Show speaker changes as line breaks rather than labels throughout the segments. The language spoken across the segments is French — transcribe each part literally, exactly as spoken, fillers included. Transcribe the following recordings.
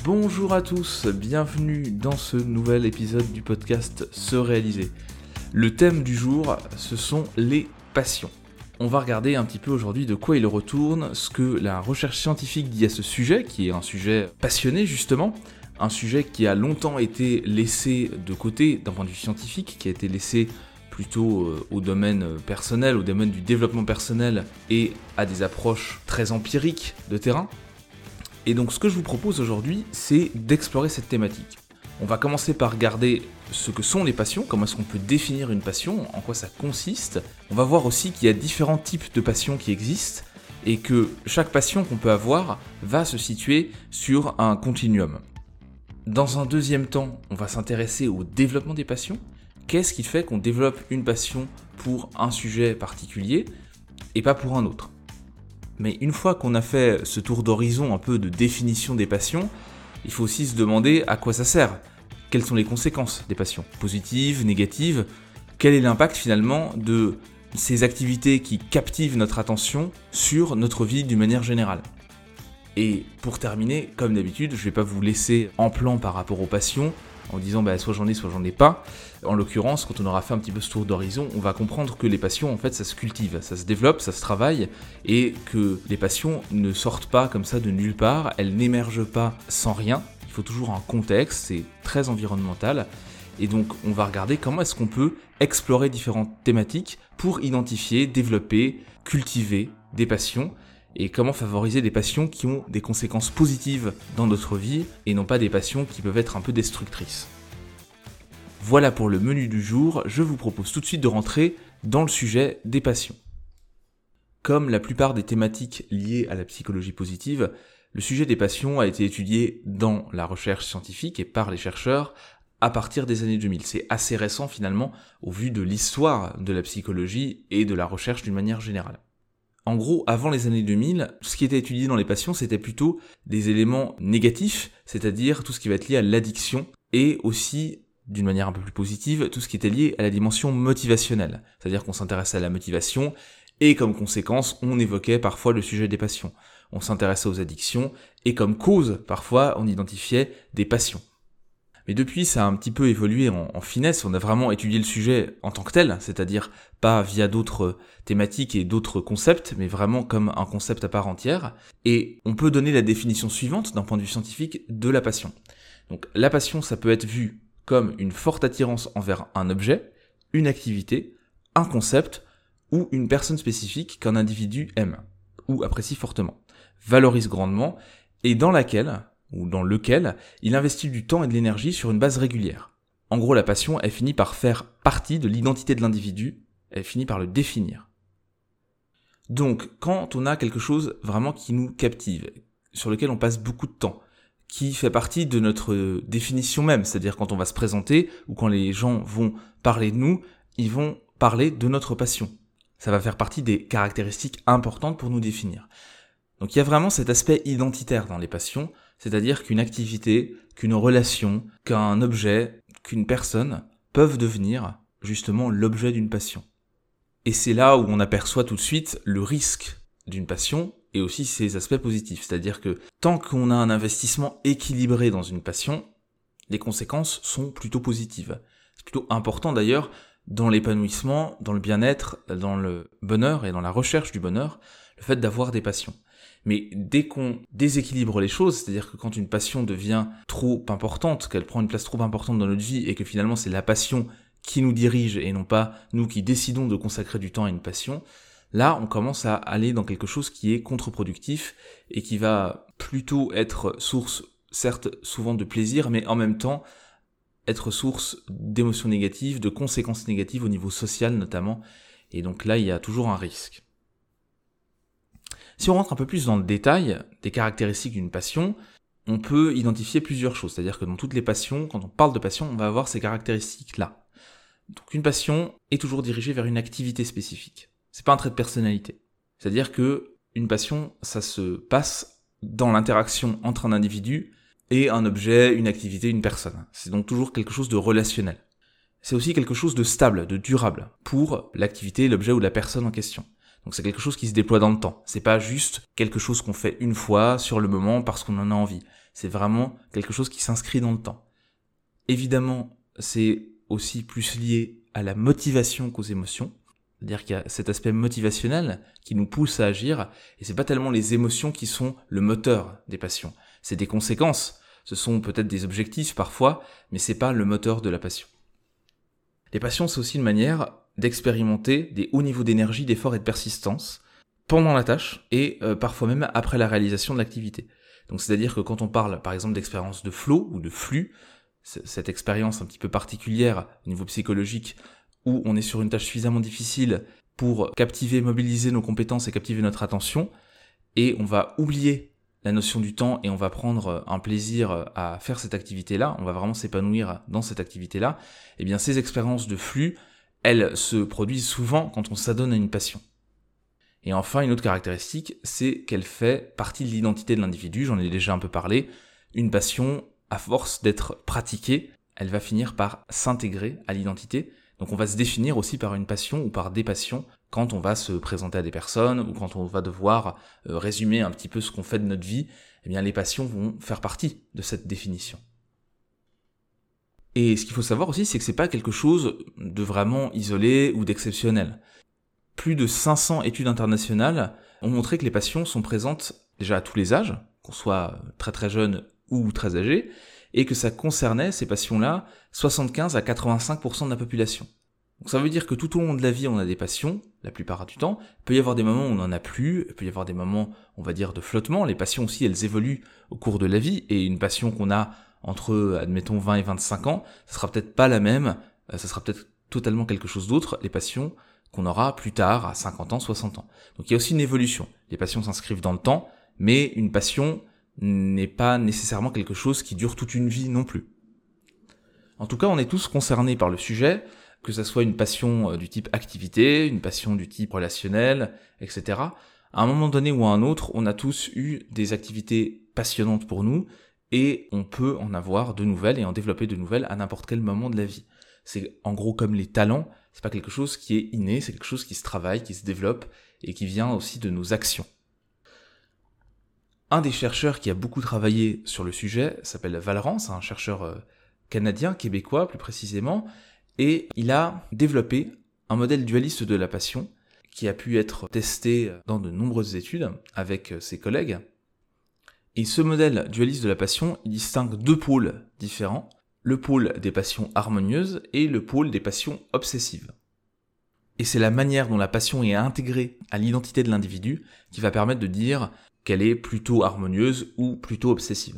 Bonjour à tous, bienvenue dans ce nouvel épisode du podcast Se Réaliser. Le thème du jour, ce sont les passions. On va regarder un petit peu aujourd'hui de quoi il retourne, ce que la recherche scientifique dit à ce sujet, qui est un sujet passionné justement, un sujet qui a longtemps été laissé de côté d'un point de vue scientifique, qui a été laissé plutôt au domaine personnel, au domaine du développement personnel et à des approches très empiriques de terrain. Et donc ce que je vous propose aujourd'hui, c'est d'explorer cette thématique. On va commencer par regarder ce que sont les passions, comment est-ce qu'on peut définir une passion, en quoi ça consiste. On va voir aussi qu'il y a différents types de passions qui existent et que chaque passion qu'on peut avoir va se situer sur un continuum. Dans un deuxième temps, on va s'intéresser au développement des passions. Qu'est-ce qui fait qu'on développe une passion pour un sujet particulier et pas pour un autre ? Mais une fois qu'on a fait ce tour d'horizon un peu de définition des passions, il faut aussi se demander à quoi ça sert. Quelles sont les conséquences des passions ? Positives, négatives ? Quel est l'impact finalement de ces activités qui captivent notre attention sur notre vie d'une manière générale ? Et pour terminer, comme d'habitude, je ne vais pas vous laisser en plan par rapport aux passions, en disant bah, soit j'en ai, soit j'en ai pas. En l'occurrence, quand on aura fait un petit peu ce tour d'horizon, on va comprendre que les passions, en fait, ça se cultive, ça se développe, ça se travaille, et que les passions ne sortent pas comme ça de nulle part, elles n'émergent pas sans rien. Il faut toujours un contexte, c'est très environnemental, et donc on va regarder comment est-ce qu'on peut explorer différentes thématiques pour identifier, développer, cultiver des passions, et comment favoriser des passions qui ont des conséquences positives dans notre vie et non pas des passions qui peuvent être un peu destructrices. Voilà pour le menu du jour, je vous propose tout de suite de rentrer dans le sujet des passions. Comme la plupart des thématiques liées à la psychologie positive, le sujet des passions a été étudié dans la recherche scientifique et par les chercheurs à partir des années deux mille. C'est assez récent finalement au vu de l'histoire de la psychologie et de la recherche d'une manière générale. En gros, avant les années deux mille, ce qui était étudié dans les passions, c'était plutôt des éléments négatifs, c'est-à-dire tout ce qui va être lié à l'addiction, et aussi, d'une manière un peu plus positive, tout ce qui était lié à la dimension motivationnelle. C'est-à-dire qu'on s'intéressait à la motivation, et comme conséquence, on évoquait parfois le sujet des passions. On s'intéressait aux addictions, et comme cause, parfois, on identifiait des passions. Mais depuis, ça a un petit peu évolué en, en finesse, on a vraiment étudié le sujet en tant que tel, c'est-à-dire pas via d'autres thématiques et d'autres concepts, mais vraiment comme un concept à part entière. Et on peut donner la définition suivante d'un point de vue scientifique de la passion. Donc la passion, ça peut être vu comme une forte attirance envers un objet, une activité, un concept ou une personne spécifique qu'un individu aime ou apprécie fortement, valorise grandement et dans laquelle... ou dans lequel il investit du temps et de l'énergie sur une base régulière. En gros, la passion, elle finit par faire partie de l'identité de l'individu, elle finit par le définir. Donc, quand on a quelque chose vraiment qui nous captive, sur lequel on passe beaucoup de temps, qui fait partie de notre définition même, c'est-à-dire quand on va se présenter, ou quand les gens vont parler de nous, ils vont parler de notre passion. Ça va faire partie des caractéristiques importantes pour nous définir. Donc il y a vraiment cet aspect identitaire dans les passions, c'est-à-dire qu'une activité, qu'une relation, qu'un objet, qu'une personne peuvent devenir justement l'objet d'une passion. Et c'est là où on aperçoit tout de suite le risque d'une passion et aussi ses aspects positifs. C'est-à-dire que tant qu'on a un investissement équilibré dans une passion, les conséquences sont plutôt positives. C'est plutôt important d'ailleurs dans l'épanouissement, dans le bien-être, dans le bonheur et dans la recherche du bonheur, le fait d'avoir des passions. Mais dès qu'on déséquilibre les choses, c'est-à-dire que quand une passion devient trop importante, qu'elle prend une place trop importante dans notre vie et que finalement c'est la passion qui nous dirige et non pas nous qui décidons de consacrer du temps à une passion, là on commence à aller dans quelque chose qui est contre-productif et qui va plutôt être source, certes souvent de plaisir, mais en même temps être source d'émotions négatives, de conséquences négatives au niveau social notamment, et donc là il y a toujours un risque. Si on rentre un peu plus dans le détail des caractéristiques d'une passion, on peut identifier plusieurs choses. C'est-à-dire que dans toutes les passions, quand on parle de passion, on va avoir ces caractéristiques-là. Donc une passion est toujours dirigée vers une activité spécifique. C'est pas un trait de personnalité. C'est-à-dire que une passion, ça se passe dans l'interaction entre un individu et un objet, une activité, une personne. C'est donc toujours quelque chose de relationnel. C'est aussi quelque chose de stable, de durable, pour l'activité, l'objet ou la personne en question. Donc c'est quelque chose qui se déploie dans le temps. C'est pas juste quelque chose qu'on fait une fois, sur le moment, parce qu'on en a envie. C'est vraiment quelque chose qui s'inscrit dans le temps. Évidemment, c'est aussi plus lié à la motivation qu'aux émotions. C'est-à-dire qu'il y a cet aspect motivationnel qui nous pousse à agir, et c'est pas tellement les émotions qui sont le moteur des passions. C'est des conséquences, ce sont peut-être des objectifs parfois, mais c'est pas le moteur de la passion. Les passions, c'est aussi une manière d'expérimenter des hauts niveaux d'énergie, d'effort et de persistance pendant la tâche, et euh, parfois même après la réalisation de l'activité. Donc c'est-à-dire que quand on parle par exemple d'expérience de flow ou de flux, cette expérience un petit peu particulière au niveau psychologique, où on est sur une tâche suffisamment difficile pour captiver, mobiliser nos compétences et captiver notre attention, et on va oublier la notion du temps et on va prendre un plaisir à faire cette activité-là, on va vraiment s'épanouir dans cette activité-là, et bien ces expériences de flux, elles se produisent souvent quand on s'adonne à une passion. Et enfin, une autre caractéristique, c'est qu'elle fait partie de l'identité de l'individu, j'en ai déjà un peu parlé, une passion, à force d'être pratiquée, elle va finir par s'intégrer à l'identité. Donc on va se définir aussi par une passion ou par des passions quand on va se présenter à des personnes ou quand on va devoir euh, résumer un petit peu ce qu'on fait de notre vie. Eh bien les passions vont faire partie de cette définition. Et ce qu'il faut savoir aussi, c'est que c'est pas quelque chose de vraiment isolé ou d'exceptionnel. Plus de cinq cents études internationales ont montré que les passions sont présentes déjà à tous les âges, qu'on soit très très jeune ou très âgé, et que ça concernait, ces passions-là, soixante-quinze à quatre-vingt-cinq pour cent de la population. Donc ça veut dire que tout au long de la vie, on a des passions, la plupart du temps. Il peut y avoir des moments où on n'en a plus, il peut y avoir des moments, on va dire, de flottement. Les passions aussi, elles évoluent au cours de la vie, et une passion qu'on a entre, admettons, vingt et vingt-cinq ans, ça sera peut-être pas la même, ça sera peut-être totalement quelque chose d'autre, les passions qu'on aura plus tard, à cinquante ans, soixante ans. Donc il y a aussi une évolution. Les passions s'inscrivent dans le temps, mais une passion n'est pas nécessairement quelque chose qui dure toute une vie non plus. En tout cas, on est tous concernés par le sujet, que ça soit une passion du type activité, une passion du type relationnel, et cetera. À un moment donné ou à un autre, on a tous eu des activités passionnantes pour nous, et on peut en avoir de nouvelles et en développer de nouvelles à n'importe quel moment de la vie. C'est en gros comme les talents, c'est pas quelque chose qui est inné, c'est quelque chose qui se travaille, qui se développe, et qui vient aussi de nos actions. Un des chercheurs qui a beaucoup travaillé sur le sujet s'appelle Vallerand, c'est un chercheur canadien, québécois plus précisément, et il a développé un modèle dualiste de la passion qui a pu être testé dans de nombreuses études avec ses collègues. Et ce modèle dualiste de la passion, il distingue deux pôles différents, le pôle des passions harmonieuses et le pôle des passions obsessives. Et c'est la manière dont la passion est intégrée à l'identité de l'individu qui va permettre de dire qu'elle est plutôt harmonieuse ou plutôt obsessive.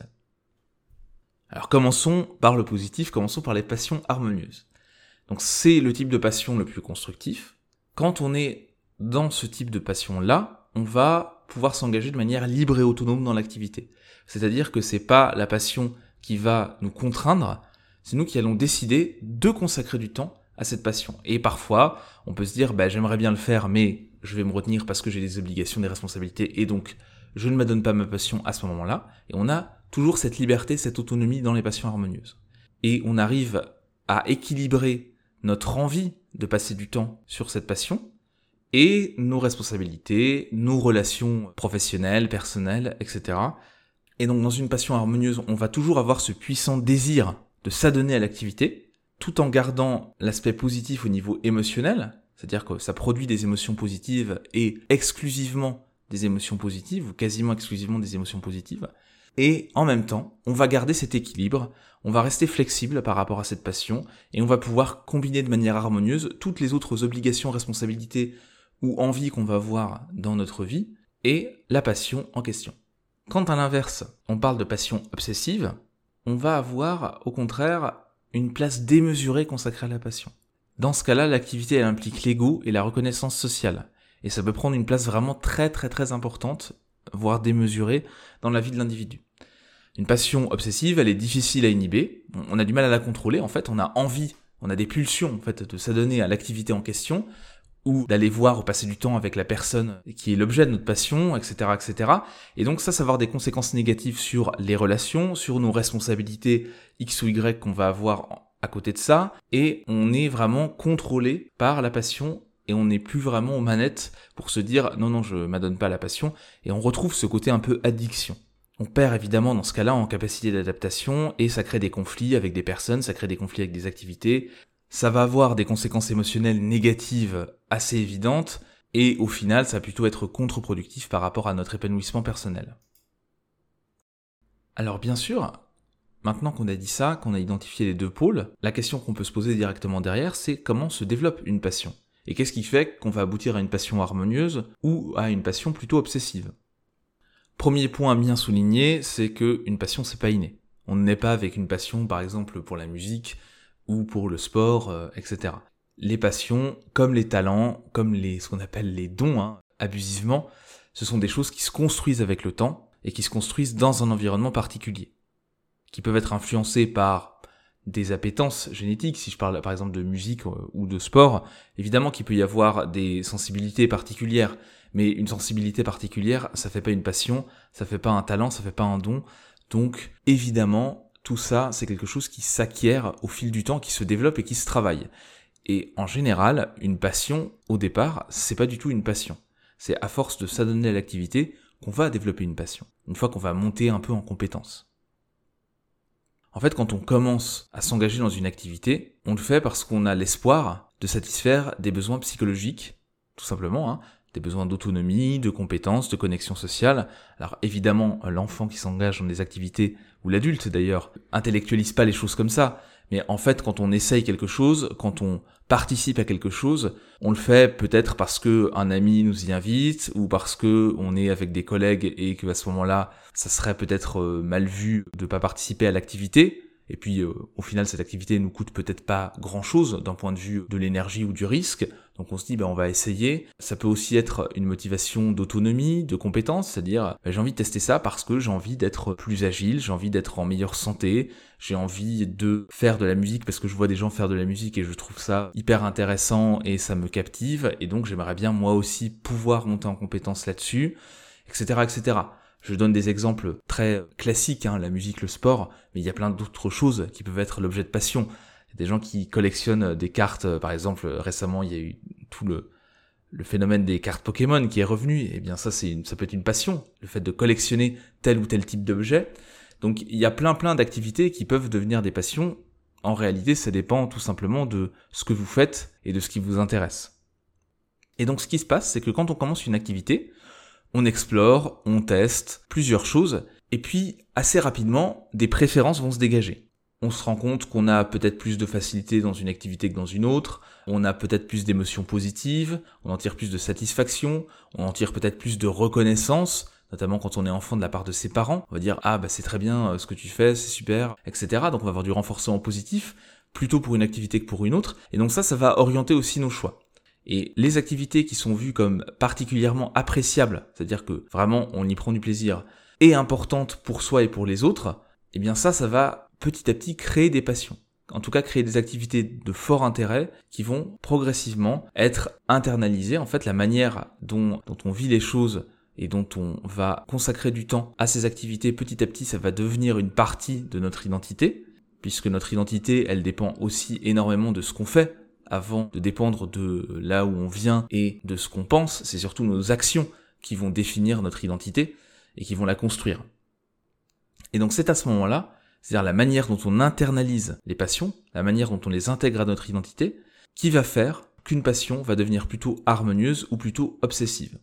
Alors commençons par le positif, commençons par les passions harmonieuses. Donc c'est le type de passion le plus constructif. Quand on est dans ce type de passion-là, on va pouvoir s'engager de manière libre et autonome dans l'activité. C'est-à-dire que c'est pas la passion qui va nous contraindre, c'est nous qui allons décider de consacrer du temps à cette passion. Et parfois, on peut se dire, bah, j'aimerais bien le faire, mais je vais me retenir parce que j'ai des obligations, des responsabilités, et donc je ne m'adonne pas à ma passion à ce moment-là. Et on a toujours cette liberté, cette autonomie dans les passions harmonieuses. Et on arrive à équilibrer notre envie de passer du temps sur cette passion et nos responsabilités, nos relations professionnelles, personnelles, et cetera. Et donc dans une passion harmonieuse, on va toujours avoir ce puissant désir de s'adonner à l'activité, tout en gardant l'aspect positif au niveau émotionnel, c'est-à-dire que ça produit des émotions positives et exclusivement des émotions positives, ou quasiment exclusivement des émotions positives, et en même temps, on va garder cet équilibre, on va rester flexible par rapport à cette passion, et on va pouvoir combiner de manière harmonieuse toutes les autres obligations, responsabilités ou envies qu'on va avoir dans notre vie, et la passion en question. Quand à l'inverse, on parle de passion obsessive, on va avoir au contraire une place démesurée consacrée à la passion. Dans ce cas-là, l'activité elle implique l'ego et la reconnaissance sociale, et ça peut prendre une place vraiment très très très importante, voire démesurée, dans la vie de l'individu. Une passion obsessive, elle est difficile à inhiber, on a du mal à la contrôler, en fait, on a envie, on a des pulsions en fait de s'adonner à l'activité en question, ou d'aller voir ou passer du temps avec la personne qui est l'objet de notre passion, et cetera, et cetera. Et donc ça, ça va avoir des conséquences négatives sur les relations, sur nos responsabilités X ou Y qu'on va avoir à côté de ça, et on est vraiment contrôlé par la passion, et on n'est plus vraiment aux manettes pour se dire « non, non, je m'adonne pas à la passion », et on retrouve ce côté un peu addiction. On perd évidemment dans ce cas-là en capacité d'adaptation et ça crée des conflits avec des personnes, ça crée des conflits avec des activités. Ça va avoir des conséquences émotionnelles négatives assez évidentes et au final, ça va plutôt être contre-productif par rapport à notre épanouissement personnel. Alors bien sûr, maintenant qu'on a dit ça, qu'on a identifié les deux pôles, la question qu'on peut se poser directement derrière, c'est comment se développe une passion. Et qu'est-ce qui fait qu'on va aboutir à une passion harmonieuse ou à une passion plutôt obsessive ? Premier point à bien souligner, c'est que une passion, c'est pas inné. On ne naît pas avec une passion, par exemple, pour la musique ou pour le sport, euh, et cetera. Les passions, comme les talents, comme les, ce qu'on appelle les dons, hein, abusivement, ce sont des choses qui se construisent avec le temps et qui se construisent dans un environnement particulier, qui peuvent être influencées par des appétences génétiques, si je parle par exemple de musique ou de sport, évidemment qu'il peut y avoir des sensibilités particulières, mais une sensibilité particulière, ça fait pas une passion, ça fait pas un talent, ça fait pas un don, donc évidemment, tout ça, c'est quelque chose qui s'acquiert au fil du temps, qui se développe et qui se travaille. Et en général, une passion, au départ, c'est pas du tout une passion. C'est à force de s'adonner à l'activité qu'on va développer une passion, une fois qu'on va monter un peu en compétence. En fait, quand on commence à s'engager dans une activité, on le fait parce qu'on a l'espoir de satisfaire des besoins psychologiques, tout simplement, hein, des besoins d'autonomie, de compétences, de connexion sociale. Alors évidemment, l'enfant qui s'engage dans des activités, ou l'adulte d'ailleurs, intellectualise pas les choses comme ça, mais en fait, quand on essaye quelque chose, quand on participe à quelque chose, on le fait peut-être parce que un ami nous y invite, ou parce que on est avec des collègues et qu'à ce moment-là, ça serait peut-être mal vu de pas participer à l'activité. Et puis, euh, au final, cette activité nous coûte peut-être pas grand-chose d'un point de vue de l'énergie ou du risque. Donc on se dit, bah, on va essayer. Ça peut aussi être une motivation d'autonomie, de compétence, c'est-à-dire, bah, j'ai envie de tester ça parce que j'ai envie d'être plus agile, j'ai envie d'être en meilleure santé, j'ai envie de faire de la musique parce que je vois des gens faire de la musique et je trouve ça hyper intéressant et ça me captive. Et donc, j'aimerais bien moi aussi pouvoir monter en compétence là-dessus, et cetera, et cetera. Je donne des exemples très classiques, hein, la musique, le sport, mais il y a plein d'autres choses qui peuvent être l'objet de passion. Il y a des gens qui collectionnent des cartes, par exemple, récemment, il y a eu tout le, le phénomène des cartes Pokémon qui est revenu, et bien ça, c'est une, ça peut être une passion, le fait de collectionner tel ou tel type d'objet. Donc il y a plein plein d'activités qui peuvent devenir des passions. En réalité, ça dépend tout simplement de ce que vous faites et de ce qui vous intéresse. Et donc ce qui se passe, c'est que quand on commence une activité, on explore, on teste plusieurs choses, et puis assez rapidement, des préférences vont se dégager. On se rend compte qu'on a peut-être plus de facilité dans une activité que dans une autre, on a peut-être plus d'émotions positives, on en tire plus de satisfaction, on en tire peut-être plus de reconnaissance, notamment quand on est enfant de la part de ses parents. On va dire « Ah bah c'est très bien ce que tu fais, c'est super, et cetera » Donc on va avoir du renforcement positif, plutôt pour une activité que pour une autre, et donc ça, ça va orienter aussi nos choix. Et les activités qui sont vues comme particulièrement appréciables, c'est-à-dire que vraiment on y prend du plaisir, et importantes pour soi et pour les autres, eh bien ça, ça va petit à petit créer des passions. En tout cas, créer des activités de fort intérêt qui vont progressivement être internalisées. En fait, la manière dont, dont on vit les choses et dont on va consacrer du temps à ces activités, petit à petit, ça va devenir une partie de notre identité, puisque notre identité, elle dépend aussi énormément de ce qu'on fait, avant de dépendre de là où on vient et de ce qu'on pense. C'est surtout nos actions qui vont définir notre identité et qui vont la construire. Et donc c'est à ce moment-là, c'est-à-dire la manière dont on internalise les passions, la manière dont on les intègre à notre identité, qui va faire qu'une passion va devenir plutôt harmonieuse ou plutôt obsessive.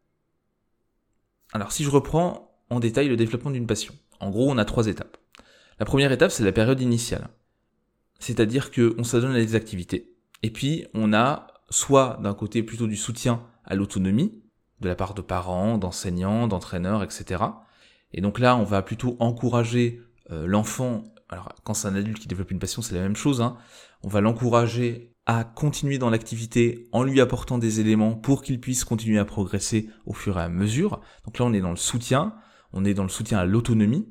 Alors si je reprends en détail le développement d'une passion, en gros on a trois étapes. La première étape, c'est la période initiale. C'est-à-dire qu'on s'adonne à des activités. Et puis, on a soit d'un côté plutôt du soutien à l'autonomie, de la part de parents, d'enseignants, d'entraîneurs, et cetera. Et donc là, on va plutôt encourager euh, l'enfant, alors quand c'est un adulte qui développe une passion, c'est la même chose, hein, on va l'encourager à continuer dans l'activité en lui apportant des éléments pour qu'il puisse continuer à progresser au fur et à mesure. Donc là, on est dans le soutien, on est dans le soutien à l'autonomie.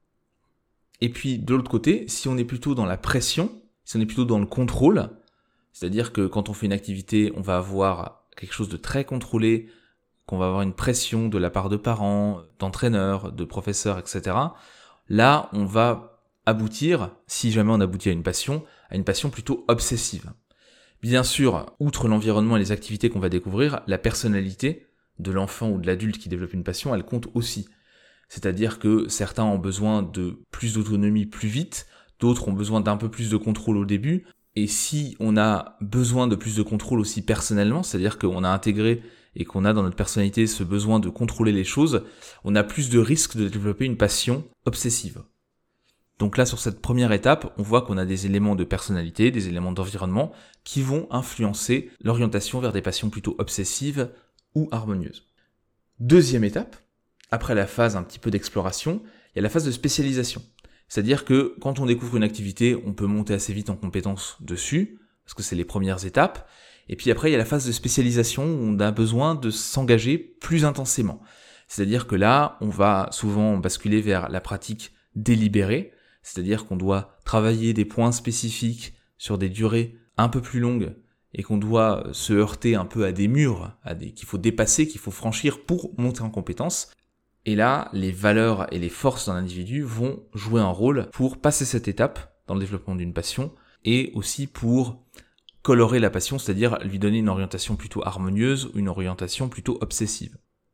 Et puis, de l'autre côté, si on est plutôt dans la pression, si on est plutôt dans le contrôle, c'est-à-dire que quand on fait une activité, on va avoir quelque chose de très contrôlé, qu'on va avoir une pression de la part de parents, d'entraîneurs, de professeurs, et cetera. Là, on va aboutir, si jamais on aboutit à une passion, à une passion plutôt obsessive. Bien sûr, outre l'environnement et les activités qu'on va découvrir, la personnalité de l'enfant ou de l'adulte qui développe une passion, elle compte aussi. C'est-à-dire que certains ont besoin de plus d'autonomie plus vite, d'autres ont besoin d'un peu plus de contrôle au début. Et si on a besoin de plus de contrôle aussi personnellement, c'est-à-dire qu'on a intégré et qu'on a dans notre personnalité ce besoin de contrôler les choses, on a plus de risques de développer une passion obsessive. Donc là, sur cette première étape, on voit qu'on a des éléments de personnalité, des éléments d'environnement qui vont influencer l'orientation vers des passions plutôt obsessives ou harmonieuses. Deuxième étape, après la phase un petit peu d'exploration, il y a la phase de spécialisation. C'est-à-dire que quand on découvre une activité, on peut monter assez vite en compétence dessus, parce que c'est les premières étapes. Et puis après, il y a la phase de spécialisation où on a besoin de s'engager plus intensément. C'est-à-dire que là, on va souvent basculer vers la pratique délibérée, c'est-à-dire qu'on doit travailler des points spécifiques sur des durées un peu plus longues et qu'on doit se heurter un peu à des murs, à des qu'il faut dépasser, qu'il faut franchir pour monter en compétence. Et là, les valeurs et les forces d'un individu vont jouer un rôle pour passer cette étape dans le développement d'une passion et aussi pour colorer la passion, c'est-à-dire lui donner une orientation plutôt harmonieuse ou une orientation plutôt obsessive.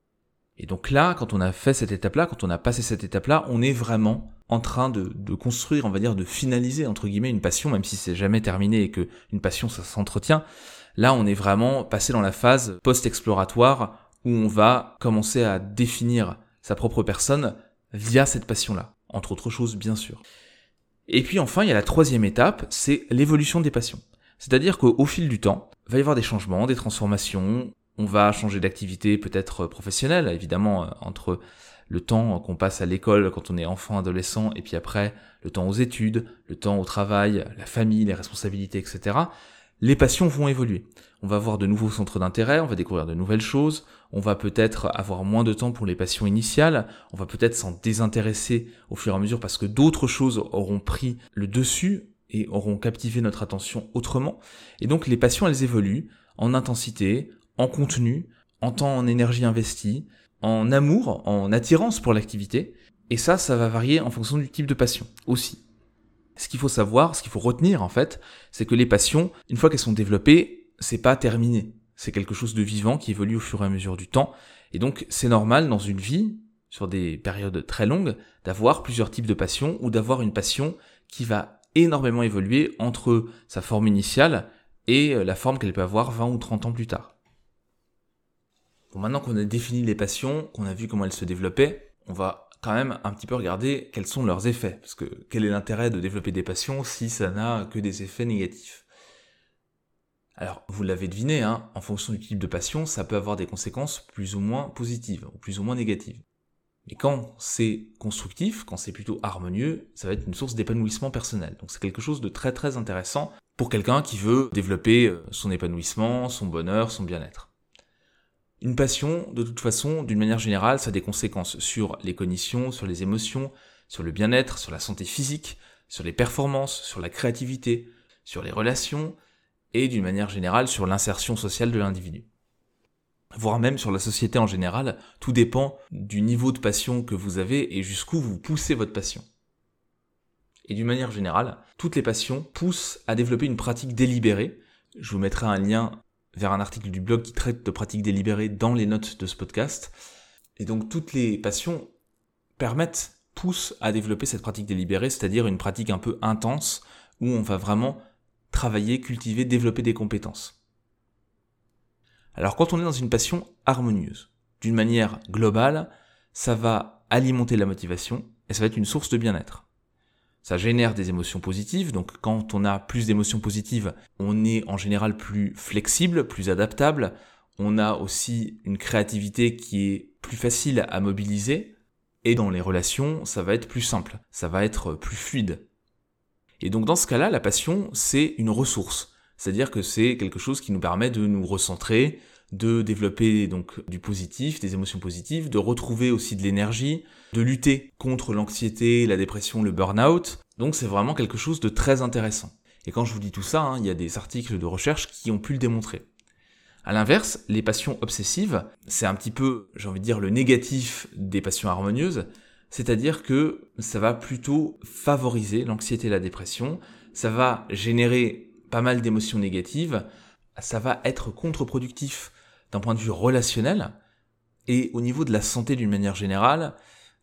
Et donc là, quand on a fait cette étape-là, quand on a passé cette étape-là, on est vraiment en train de, de construire, on va dire, de finaliser, entre guillemets, une passion, même si c'est jamais terminé et que une passion, ça s'entretient. Là, on est vraiment passé dans la phase post-exploratoire où on va commencer à définir sa propre personne via cette passion-là, entre autres choses, bien sûr. Et puis enfin, il y a la troisième étape, c'est l'évolution des passions. C'est-à-dire qu'au fil du temps, il va y avoir des changements, des transformations. On va changer d'activité peut-être professionnelle, évidemment, entre le temps qu'on passe à l'école quand on est enfant, adolescent, et puis après, le temps aux études, le temps au travail, la famille, les responsabilités, et cetera. Les passions vont évoluer. On va avoir de nouveaux centres d'intérêt, on va découvrir de nouvelles choses, on va peut-être avoir moins de temps pour les passions initiales, on va peut-être s'en désintéresser au fur et à mesure parce que d'autres choses auront pris le dessus et auront captivé notre attention autrement. Et donc les passions, elles évoluent en intensité, en contenu, en temps, en énergie investie, en amour, en attirance pour l'activité. Et ça, ça va varier en fonction du type de passion aussi. Ce qu'il faut savoir, ce qu'il faut retenir en fait, c'est que les passions, une fois qu'elles sont développées, c'est pas terminé. C'est quelque chose de vivant qui évolue au fur et à mesure du temps. Et donc c'est normal dans une vie, sur des périodes très longues, d'avoir plusieurs types de passions ou d'avoir une passion qui va énormément évoluer entre sa forme initiale et la forme qu'elle peut avoir vingt ou trente ans plus tard. Bon, maintenant qu'on a défini les passions, qu'on a vu comment elles se développaient, on va quand même un petit peu regarder quels sont leurs effets. Parce que quel est l'intérêt de développer des passions si ça n'a que des effets négatifs ? Alors, vous l'avez deviné, hein, en fonction du type de passion, ça peut avoir des conséquences plus ou moins positives, ou plus ou moins négatives. Mais quand c'est constructif, quand c'est plutôt harmonieux, ça va être une source d'épanouissement personnel. Donc c'est quelque chose de très très intéressant pour quelqu'un qui veut développer son épanouissement, son bonheur, son bien-être. Une passion, de toute façon, d'une manière générale, ça a des conséquences sur les cognitions, sur les émotions, sur le bien-être, sur la santé physique, sur les performances, sur la créativité, sur les relations, et d'une manière générale sur l'insertion sociale de l'individu. Voire même sur la société en général, tout dépend du niveau de passion que vous avez et jusqu'où vous poussez votre passion. Et d'une manière générale, toutes les passions poussent à développer une pratique délibérée. Je vous mettrai un lien vers un article du blog qui traite de pratique délibérée dans les notes de ce podcast. Et donc toutes les passions permettent, poussent à développer cette pratique délibérée, c'est-à-dire une pratique un peu intense où on va vraiment travailler, cultiver, développer des compétences. Alors quand on est dans une passion harmonieuse, d'une manière globale, ça va alimenter la motivation et ça va être une source de bien-être. Ça génère des émotions positives, donc quand on a plus d'émotions positives, on est en général plus flexible, plus adaptable, on a aussi une créativité qui est plus facile à mobiliser, et dans les relations, ça va être plus simple, ça va être plus fluide. Et donc dans ce cas-là, la passion, c'est une ressource, c'est-à-dire que c'est quelque chose qui nous permet de nous recentrer, de développer donc du positif, des émotions positives, de retrouver aussi de l'énergie, de lutter contre l'anxiété, la dépression, le burn-out. Donc c'est vraiment quelque chose de très intéressant. Et quand je vous dis tout ça, hein, il y a des articles de recherche qui ont pu le démontrer. À l'inverse, les passions obsessives, c'est un petit peu, j'ai envie de dire, le négatif des passions harmonieuses, c'est-à-dire que ça va plutôt favoriser l'anxiété et la dépression, ça va générer pas mal d'émotions négatives, ça va être contre-productif d'un point de vue relationnel, et au niveau de la santé d'une manière générale,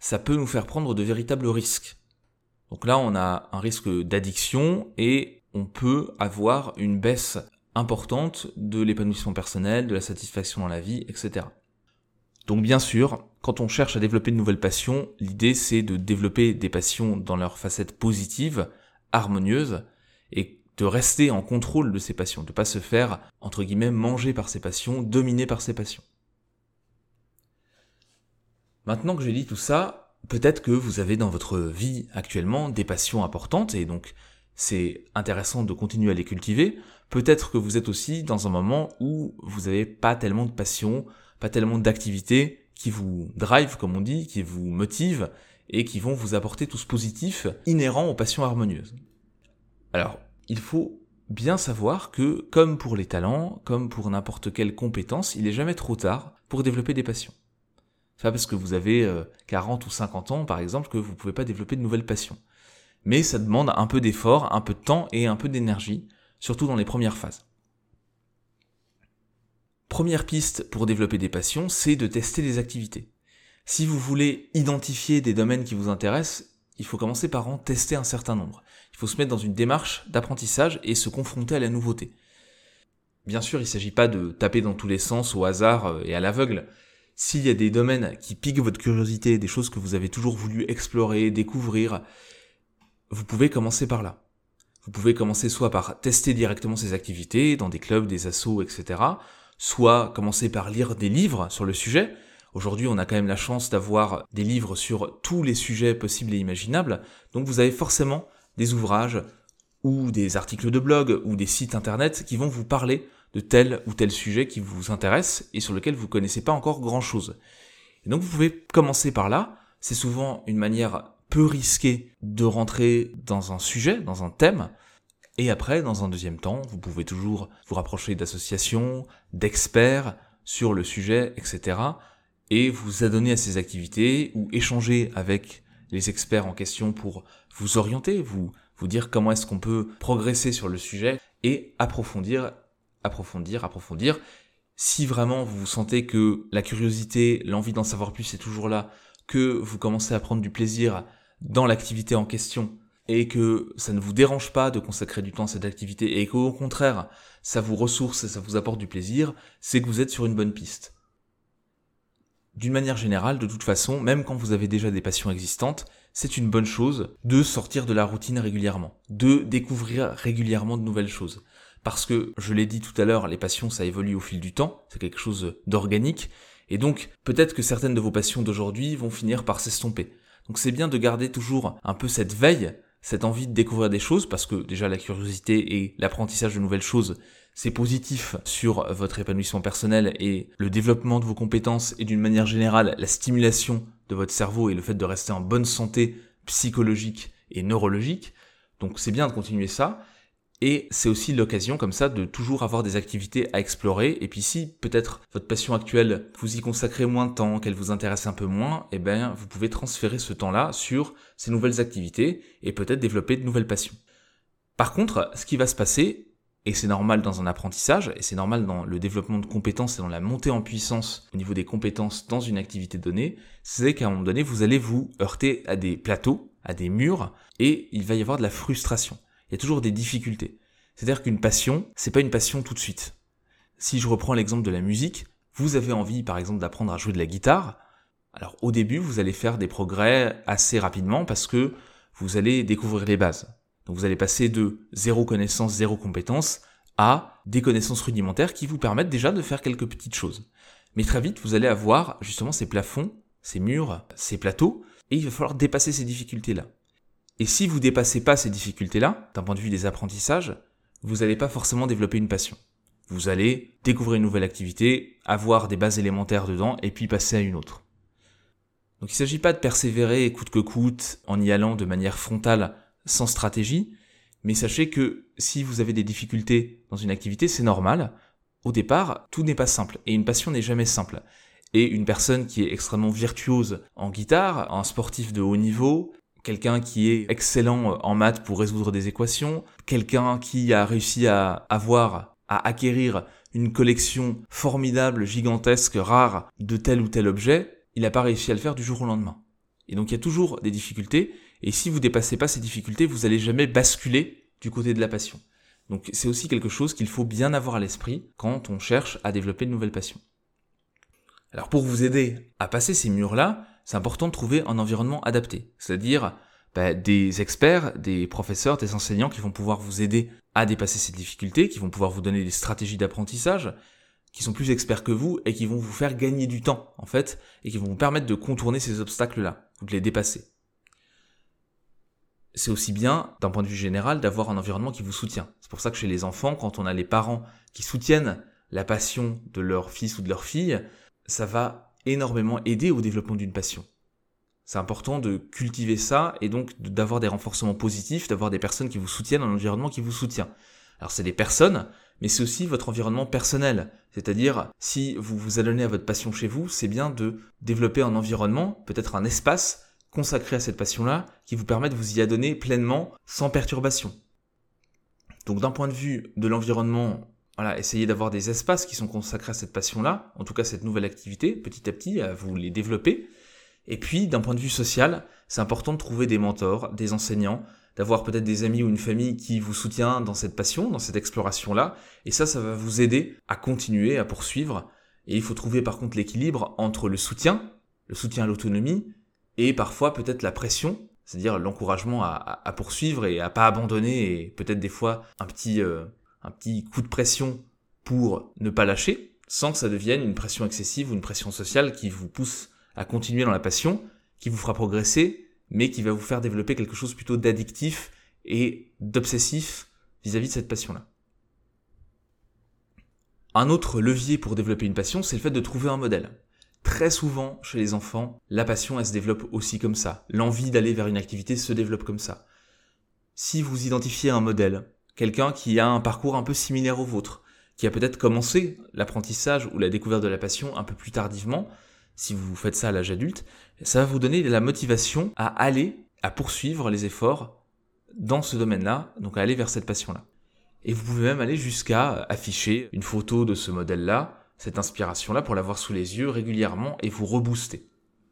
ça peut nous faire prendre de véritables risques. Donc là, on a un risque d'addiction et on peut avoir une baisse importante de l'épanouissement personnel, de la satisfaction dans la vie, et cetera. Donc bien sûr, quand on cherche à développer de nouvelles passions, l'idée c'est de développer des passions dans leur facette positive, harmonieuse, et de rester en contrôle de ces passions, de ne pas se faire, entre guillemets, manger par ses passions, dominer par ses passions. Maintenant que j'ai dit tout ça, peut-être que vous avez dans votre vie actuellement des passions importantes, et donc c'est intéressant de continuer à les cultiver. Peut-être que vous êtes aussi dans un moment où vous n'avez pas tellement de passion, pas tellement d'activités qui vous drive, comme on dit, qui vous motivent, et qui vont vous apporter tout ce positif inhérent aux passions harmonieuses. Alors, il faut bien savoir que, comme pour les talents, comme pour n'importe quelle compétence, il n'est jamais trop tard pour développer des passions. C'est pas parce que vous avez quarante ou cinquante ans, par exemple, que vous ne pouvez pas développer de nouvelles passions. Mais ça demande un peu d'effort, un peu de temps et un peu d'énergie, surtout dans les premières phases. Première piste pour développer des passions, c'est de tester des activités. Si vous voulez identifier des domaines qui vous intéressent, il faut commencer par en tester un certain nombre. Il faut se mettre dans une démarche d'apprentissage et se confronter à la nouveauté. Bien sûr, il ne s'agit pas de taper dans tous les sens au hasard et à l'aveugle. S'il y a des domaines qui piquent votre curiosité, des choses que vous avez toujours voulu explorer, découvrir, vous pouvez commencer par là. Vous pouvez commencer soit par tester directement ces activités dans des clubs, des assos, et cetera, soit commencer par lire des livres sur le sujet. Aujourd'hui, on a quand même la chance d'avoir des livres sur tous les sujets possibles et imaginables, donc vous avez forcément des ouvrages ou des articles de blog ou des sites internet qui vont vous parler de tel ou tel sujet qui vous intéresse et sur lequel vous ne connaissez pas encore grand-chose. Et donc vous pouvez commencer par là, c'est souvent une manière peu risquée de rentrer dans un sujet, dans un thème, et après, dans un deuxième temps, vous pouvez toujours vous rapprocher d'associations, d'experts sur le sujet, et cetera, et vous adonner à ces activités ou échanger avec les experts en question pour vous orienter, vous, vous dire comment est-ce qu'on peut progresser sur le sujet et approfondir, approfondir, approfondir. Si vraiment vous sentez que la curiosité, l'envie d'en savoir plus est toujours là, que vous commencez à prendre du plaisir dans l'activité en question et que ça ne vous dérange pas de consacrer du temps à cette activité et qu'au contraire, ça vous ressource et ça vous apporte du plaisir, c'est que vous êtes sur une bonne piste. D'une manière générale, de toute façon, même quand vous avez déjà des passions existantes, c'est une bonne chose de sortir de la routine régulièrement, de découvrir régulièrement de nouvelles choses. Parce que, je l'ai dit tout à l'heure, les passions ça évolue au fil du temps, c'est quelque chose d'organique, et donc peut-être que certaines de vos passions d'aujourd'hui vont finir par s'estomper. Donc c'est bien de garder toujours un peu cette veille, cette envie de découvrir des choses, parce que déjà la curiosité et l'apprentissage de nouvelles choses, c'est positif sur votre épanouissement personnel et le développement de vos compétences et d'une manière générale la stimulation de votre cerveau et le fait de rester en bonne santé psychologique et neurologique. Donc c'est bien de continuer ça. Et c'est aussi l'occasion comme ça de toujours avoir des activités à explorer. Et puis si peut-être votre passion actuelle, vous y consacrez moins de temps, qu'elle vous intéresse un peu moins, eh bien vous pouvez transférer ce temps-là sur ces nouvelles activités et peut-être développer de nouvelles passions. Par contre, ce qui va se passer, et c'est normal dans un apprentissage, et c'est normal dans le développement de compétences et dans la montée en puissance au niveau des compétences dans une activité donnée, c'est qu'à un moment donné, vous allez vous heurter à des plateaux, à des murs, et il va y avoir de la frustration. Il y a toujours des difficultés. C'est-à-dire qu'une passion, c'est pas une passion tout de suite. Si je reprends l'exemple de la musique, vous avez envie par exemple d'apprendre à jouer de la guitare, alors au début vous allez faire des progrès assez rapidement parce que vous allez découvrir les bases. Donc vous allez passer de zéro connaissance, zéro compétence à des connaissances rudimentaires qui vous permettent déjà de faire quelques petites choses. Mais très vite vous allez avoir justement ces plafonds, ces murs, ces plateaux, et il va falloir dépasser ces difficultés-là. Et si vous dépassez pas ces difficultés-là, d'un point de vue des apprentissages, vous n'allez pas forcément développer une passion. Vous allez découvrir une nouvelle activité, avoir des bases élémentaires dedans, et puis passer à une autre. Donc il ne s'agit pas de persévérer coûte que coûte en y allant de manière frontale sans stratégie, mais sachez que si vous avez des difficultés dans une activité, c'est normal. Au départ, tout n'est pas simple, et une passion n'est jamais simple. Et une personne qui est extrêmement virtuose en guitare, un sportif de haut niveau, quelqu'un qui est excellent en maths pour résoudre des équations, quelqu'un qui a réussi à avoir, à acquérir une collection formidable, gigantesque, rare de tel ou tel objet, il n'a pas réussi à le faire du jour au lendemain. Et donc il y a toujours des difficultés, et si vous dépassez pas ces difficultés, vous n'allez jamais basculer du côté de la passion. Donc c'est aussi quelque chose qu'il faut bien avoir à l'esprit quand on cherche à développer de nouvelles passions. Alors pour vous aider à passer ces murs-là, c'est important de trouver un environnement adapté, c'est-à-dire bah, des experts, des professeurs, des enseignants qui vont pouvoir vous aider à dépasser ces difficultés, qui vont pouvoir vous donner des stratégies d'apprentissage, qui sont plus experts que vous et qui vont vous faire gagner du temps, en fait, et qui vont vous permettre de contourner ces obstacles-là, ou de les dépasser. C'est aussi bien, d'un point de vue général, d'avoir un environnement qui vous soutient. C'est pour ça que chez les enfants, quand on a les parents qui soutiennent la passion de leur fils ou de leur fille, ça va énormément aider au développement d'une passion. C'est important de cultiver ça et donc d'avoir des renforcements positifs, d'avoir des personnes qui vous soutiennent, un environnement qui vous soutient. Alors c'est des personnes, mais c'est aussi votre environnement personnel. C'est-à-dire, si vous vous adonnez à votre passion chez vous, c'est bien de développer un environnement, peut-être un espace consacré à cette passion-là, qui vous permet de vous y adonner pleinement, sans perturbation. Donc d'un point de vue de l'environnement, voilà, essayez d'avoir des espaces qui sont consacrés à cette passion-là, en tout cas cette nouvelle activité, petit à petit, à vous les développer. Et puis, d'un point de vue social, c'est important de trouver des mentors, des enseignants, d'avoir peut-être des amis ou une famille qui vous soutient dans cette passion, dans cette exploration-là. Et ça, ça va vous aider à continuer, à poursuivre. Et il faut trouver par contre l'équilibre entre le soutien, le soutien à l'autonomie, et parfois peut-être la pression, c'est-à-dire l'encouragement à, à, à poursuivre et à pas abandonner, et peut-être des fois un petit, euh, un petit coup de pression pour ne pas lâcher, sans que ça devienne une pression excessive ou une pression sociale qui vous pousse à continuer dans la passion, qui vous fera progresser, mais qui va vous faire développer quelque chose plutôt d'addictif et d'obsessif vis-à-vis de cette passion-là. Un autre levier pour développer une passion, c'est le fait de trouver un modèle. Très souvent, chez les enfants, la passion, elle se développe aussi comme ça. L'envie d'aller vers une activité se développe comme ça. Si vous identifiez un modèle, quelqu'un qui a un parcours un peu similaire au vôtre, qui a peut-être commencé l'apprentissage ou la découverte de la passion un peu plus tardivement, si vous faites ça à l'âge adulte, ça va vous donner la motivation à aller, à poursuivre les efforts dans ce domaine-là, donc à aller vers cette passion-là. Et vous pouvez même aller jusqu'à afficher une photo de ce modèle-là, cette inspiration-là, pour l'avoir sous les yeux régulièrement et vous rebooster.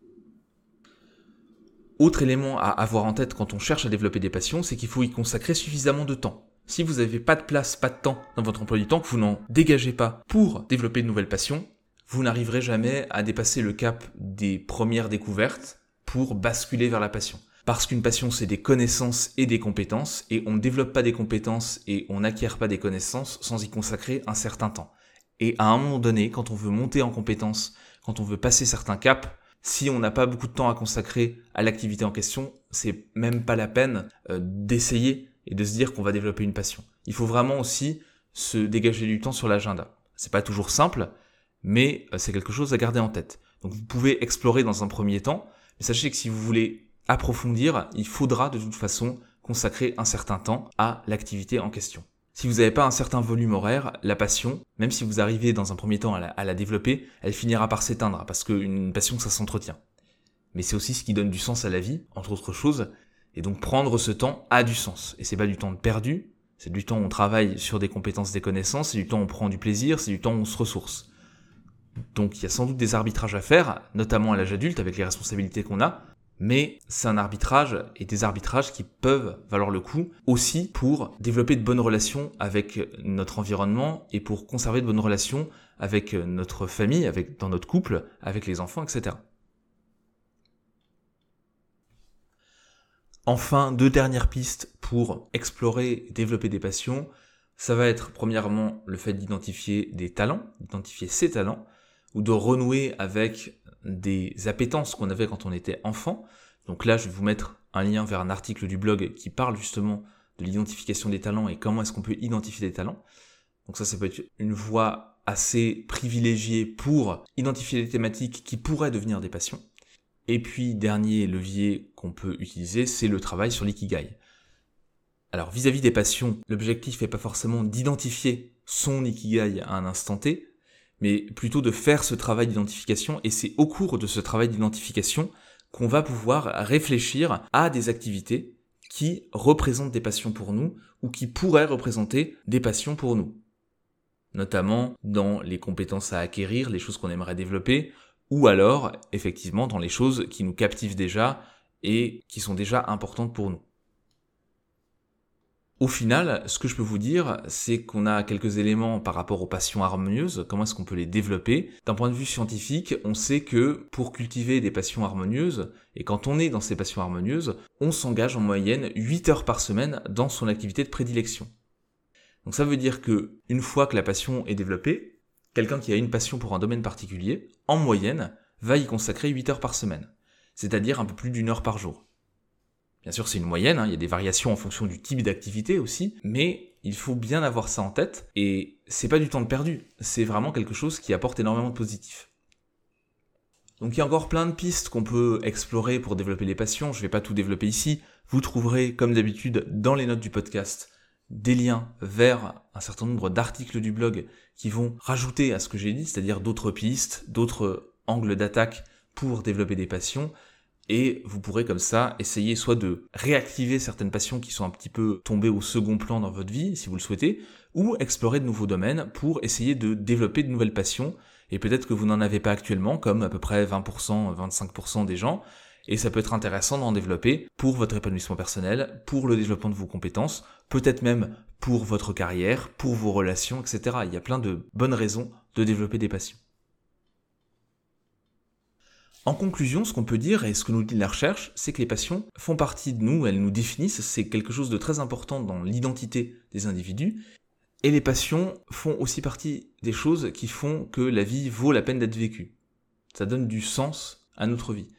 Autre élément à avoir en tête quand on cherche à développer des passions, c'est qu'il faut y consacrer suffisamment de temps. Si vous n'avez pas de place, pas de temps dans votre emploi du temps, que vous n'en dégagez pas pour développer de nouvelles passions, vous n'arriverez jamais à dépasser le cap des premières découvertes pour basculer vers la passion. Parce qu'une passion, c'est des connaissances et des compétences, et on ne développe pas des compétences et on n'acquiert pas des connaissances sans y consacrer un certain temps. Et à un moment donné, quand on veut monter en compétences, quand on veut passer certains caps, si on n'a pas beaucoup de temps à consacrer à l'activité en question, c'est même pas la peine euh, d'essayer et de se dire qu'on va développer une passion. Il faut vraiment aussi se dégager du temps sur l'agenda. C'est pas toujours simple, mais euh, c'est quelque chose à garder en tête. Donc vous pouvez explorer dans un premier temps, mais sachez que si vous voulez approfondir, il faudra de toute façon consacrer un certain temps à l'activité en question. Si vous n'avez pas un certain volume horaire, la passion, même si vous arrivez dans un premier temps à la, à la développer, elle finira par s'éteindre, parce qu'une passion, ça s'entretient. Mais c'est aussi ce qui donne du sens à la vie, entre autres choses, et donc prendre ce temps a du sens. Et c'est pas du temps perdu, c'est du temps où on travaille sur des compétences, des connaissances, c'est du temps où on prend du plaisir, c'est du temps où on se ressource. Donc il y a sans doute des arbitrages à faire, notamment à l'âge adulte, avec les responsabilités qu'on a, mais c'est un arbitrage et des arbitrages qui peuvent valoir le coup aussi pour développer de bonnes relations avec notre environnement et pour conserver de bonnes relations avec notre famille, avec, dans notre couple, avec les enfants, et cetera. Enfin, deux dernières pistes pour explorer et développer des passions. Ça va être premièrement le fait d'identifier des talents, d'identifier ses talents, ou de renouer avec des appétences qu'on avait quand on était enfant. Donc là, je vais vous mettre un lien vers un article du blog qui parle justement de l'identification des talents et comment est-ce qu'on peut identifier des talents. Donc ça, ça peut être une voie assez privilégiée pour identifier des thématiques qui pourraient devenir des passions. Et puis, dernier levier qu'on peut utiliser, c'est le travail sur l'ikigai. Alors, vis-à-vis des passions, l'objectif n'est pas forcément d'identifier son ikigai à un instant T, mais plutôt de faire ce travail d'identification, et c'est au cours de ce travail d'identification qu'on va pouvoir réfléchir à des activités qui représentent des passions pour nous, ou qui pourraient représenter des passions pour nous. Notamment dans les compétences à acquérir, les choses qu'on aimerait développer, ou alors, effectivement, dans les choses qui nous captivent déjà et qui sont déjà importantes pour nous. Au final, ce que je peux vous dire, c'est qu'on a quelques éléments par rapport aux passions harmonieuses, comment est-ce qu'on peut les développer. D'un point de vue scientifique, on sait que pour cultiver des passions harmonieuses, et quand on est dans ces passions harmonieuses, on s'engage en moyenne huit heures par semaine dans son activité de prédilection. Donc ça veut dire que une fois que la passion est développée, quelqu'un qui a une passion pour un domaine particulier, en moyenne, va y consacrer huit heures par semaine, c'est-à-dire un peu plus d'une heure par jour. Bien sûr, c'est une moyenne, hein, il y a des variations en fonction du type d'activité aussi, mais il faut bien avoir ça en tête, et c'est pas du temps de perdu, c'est vraiment quelque chose qui apporte énormément de positif. Donc il y a encore plein de pistes qu'on peut explorer pour développer les passions, je vais pas tout développer ici, vous trouverez, comme d'habitude, dans les notes du podcast, des liens vers un certain nombre d'articles du blog qui vont rajouter à ce que j'ai dit, c'est-à-dire d'autres pistes, d'autres angles d'attaque pour développer des passions, et vous pourrez comme ça essayer soit de réactiver certaines passions qui sont un petit peu tombées au second plan dans votre vie, si vous le souhaitez, ou explorer de nouveaux domaines pour essayer de développer de nouvelles passions, et peut-être que vous n'en avez pas actuellement, comme à peu près vingt pour cent, vingt-cinq pour cent des gens, et ça peut être intéressant d'en développer pour votre épanouissement personnel, pour le développement de vos compétences, peut-être même pour votre carrière, pour vos relations, et cetera. Il y a plein de bonnes raisons de développer des passions. En conclusion, ce qu'on peut dire, et ce que nous dit la recherche, c'est que les passions font partie de nous, elles nous définissent, c'est quelque chose de très important dans l'identité des individus, et les passions font aussi partie des choses qui font que la vie vaut la peine d'être vécue. Ça donne du sens à notre vie.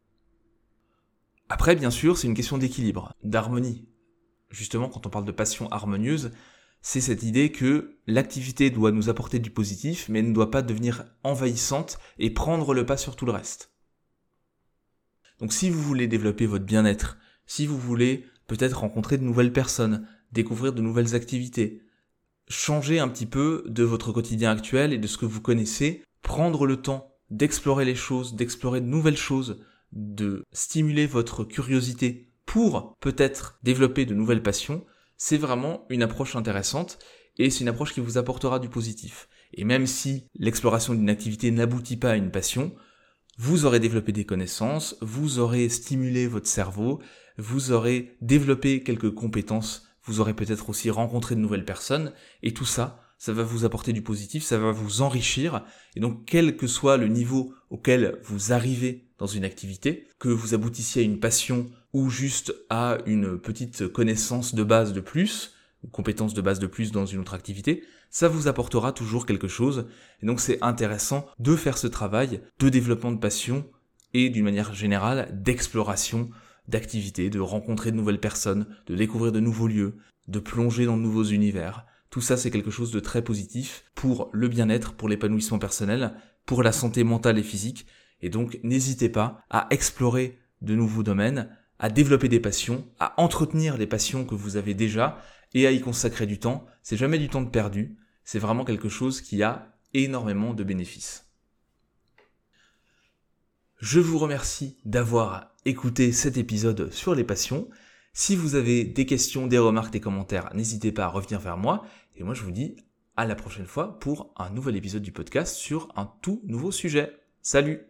Après, bien sûr, c'est une question d'équilibre, d'harmonie. Justement, quand on parle de passion harmonieuse, c'est cette idée que l'activité doit nous apporter du positif, mais ne doit pas devenir envahissante et prendre le pas sur tout le reste. Donc si vous voulez développer votre bien-être, si vous voulez peut-être rencontrer de nouvelles personnes, découvrir de nouvelles activités, changer un petit peu de votre quotidien actuel et de ce que vous connaissez, prendre le temps d'explorer les choses, d'explorer de nouvelles choses, de stimuler votre curiosité pour peut-être développer de nouvelles passions, c'est vraiment une approche intéressante et c'est une approche qui vous apportera du positif. Et même si l'exploration d'une activité n'aboutit pas à une passion, vous aurez développé des connaissances, vous aurez stimulé votre cerveau, vous aurez développé quelques compétences, vous aurez peut-être aussi rencontré de nouvelles personnes, et tout ça, ça va vous apporter du positif, ça va vous enrichir, et donc quel que soit le niveau auquel vous arrivez dans une activité, que vous aboutissiez à une passion ou juste à une petite connaissance de base de plus, ou compétence de base de plus dans une autre activité, ça vous apportera toujours quelque chose, et donc c'est intéressant de faire ce travail de développement de passion et d'une manière générale d'exploration d'activités, de rencontrer de nouvelles personnes, de découvrir de nouveaux lieux, de plonger dans de nouveaux univers. Tout ça c'est quelque chose de très positif pour le bien-être, pour l'épanouissement personnel, pour la santé mentale et physique, et donc n'hésitez pas à explorer de nouveaux domaines, à développer des passions, à entretenir les passions que vous avez déjà, et à y consacrer du temps. C'est jamais du temps de perdu, c'est vraiment quelque chose qui a énormément de bénéfices. Je vous remercie d'avoir écouté cet épisode sur les passions. Si vous avez des questions, des remarques, des commentaires, n'hésitez pas à revenir vers moi. Et moi je vous dis à la prochaine fois pour un nouvel épisode du podcast sur un tout nouveau sujet. Salut!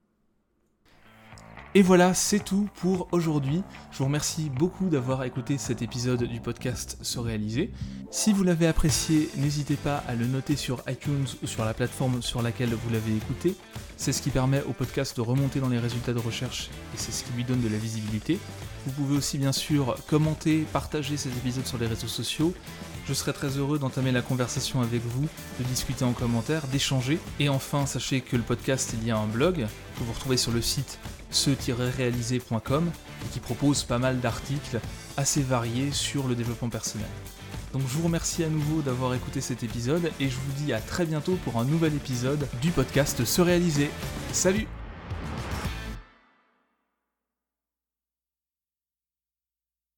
Et voilà, c'est tout pour aujourd'hui. Je vous remercie beaucoup d'avoir écouté cet épisode du podcast Se Réaliser. Si vous l'avez apprécié, n'hésitez pas à le noter sur iTunes ou sur la plateforme sur laquelle vous l'avez écouté. C'est ce qui permet au podcast de remonter dans les résultats de recherche et c'est ce qui lui donne de la visibilité. Vous pouvez aussi bien sûr commenter, partager ces épisodes sur les réseaux sociaux. Je serai très heureux d'entamer la conversation avec vous, de discuter en commentaire, d'échanger. Et enfin, sachez que le podcast est lié à un blog que vous retrouvez sur le site se tiret réaliser point com et qui propose pas mal d'articles assez variés sur le développement personnel. Donc je vous remercie à nouveau d'avoir écouté cet épisode et je vous dis à très bientôt pour un nouvel épisode du podcast Se Réaliser. Salut!